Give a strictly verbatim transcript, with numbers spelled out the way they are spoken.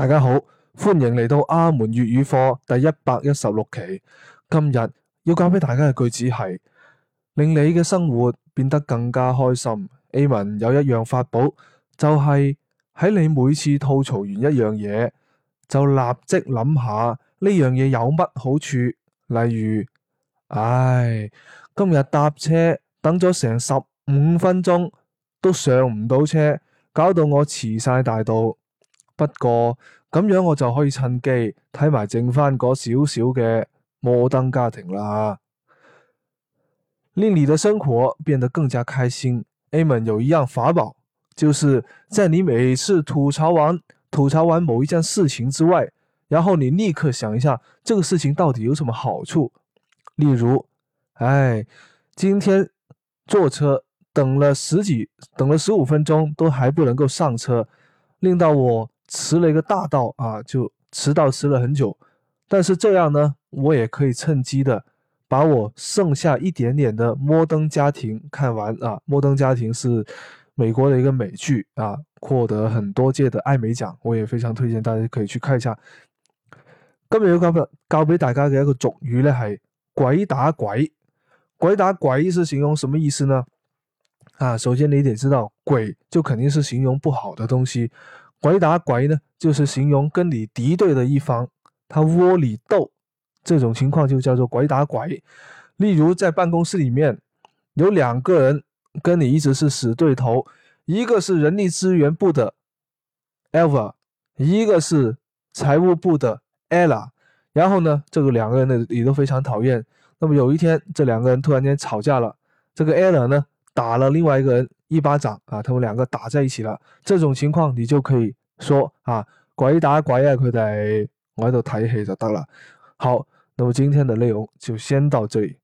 大家好，歡迎嚟到阿門粵語課第一百一十六期。今日要教俾大家嘅句子係令你嘅生活變得更加開心。Amen 有一樣法寶，就係喺你每次吐槽完一樣嘢，就立即諗下呢樣嘢有乜好處。例如，唉，今日搭車等咗成十五分鐘都上唔到車，搞到我遲晒大到。不過咁樣我就可以趁機睇埋剩翻嗰少少嘅摩登家庭啦。令你的生活變得更加開心。Amen 有一樣法寶，就是在你每次吐槽完吐槽完某一件事情之外，然後你立刻想一下這個事情到底有什麼好處。例如，唉，今天坐車等了十幾等了十五分鐘都還不能夠上車，令到我遲了一個大到啊，就遲到遲了很久。但是這樣呢，我也可以趁機的把我剩下一點點的摩登家庭看完啊。摩登家庭是美國的一個美劇啊，獲得很多屆的艾美獎，我也非常推薦大家可以去看一下。今日要教教俾大家嘅一個俗語呢，係鬼打鬼。鬼打鬼是形容什麼意思呢？啊，首先你得知道，鬼就肯定是形容不好的東西。鬼打鬼呢，就是形容跟你敵對的一方，他窩裏鬥，這種情況就叫做鬼打鬼。例如在辦公室裏面，有兩個人跟你一直是死對頭，一個是人力資源部的 Alva， 一個是財務部的 Ella。然後呢，這個兩個人呢也都非常討厭。那麼有一天，這兩個人突然間吵架了，這個 Ella 呢打了另外一個人一巴掌啊，他們兩個打在一起了。這種情況你就可以說啊，鬼打鬼啊，佢哋我喺度睇戲就得啦。好，那麼今天的內容就先到這裏。